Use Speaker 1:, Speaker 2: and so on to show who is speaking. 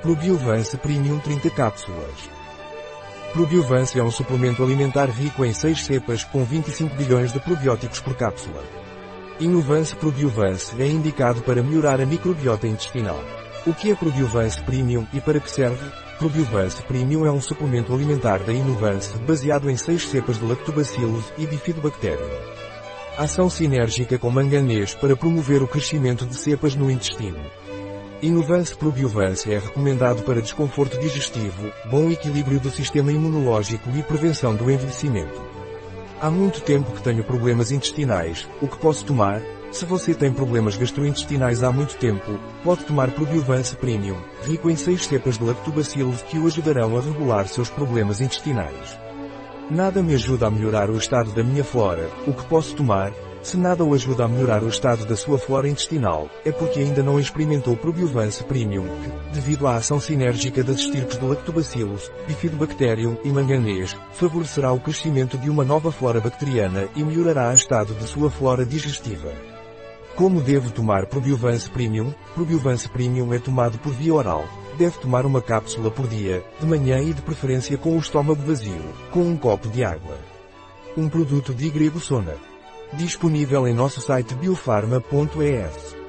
Speaker 1: Probiovance Premium 30 cápsulas. Probiovance é um suplemento alimentar rico em 6 cepas com 25 bilhões de probióticos por cápsula. Inovance Probiovance é indicado para melhorar a microbiota intestinal. O que é Probiovance Premium e para que serve? Probiovance Premium é um suplemento alimentar da Inovance baseado em 6 cepas de Lactobacillus e Bifidobacterium. Ação sinérgica com manganês para promover o crescimento de cepas no intestino. Inovance Probiovance é recomendado para desconforto digestivo, bom equilíbrio do sistema imunológico e prevenção do envelhecimento. Há muito tempo que tenho problemas intestinais, o que posso tomar? Se você tem problemas gastrointestinais há muito tempo, pode tomar Probiovance Premium, rico em 6 cepas de Lactobacillus que o ajudarão a regular seus problemas intestinais. Nada me ajuda a melhorar o estado da minha flora, o que posso tomar? Se nada o ajuda a melhorar o estado da sua flora intestinal, é porque ainda não experimentou Probiovance Premium, que, devido à ação sinérgica das estirpes de Lactobacillus, Bifidobacterium e manganês, favorecerá o crescimento de uma nova flora bacteriana e melhorará o estado de sua flora digestiva. Como devo tomar Probiovance Premium? Probiovance Premium é tomado por via oral. Deve tomar uma cápsula por dia, de manhã e de preferência com o estômago vazio, com um copo de água. Um produto de Grego Sona. Disponível em nosso site biofarma.es.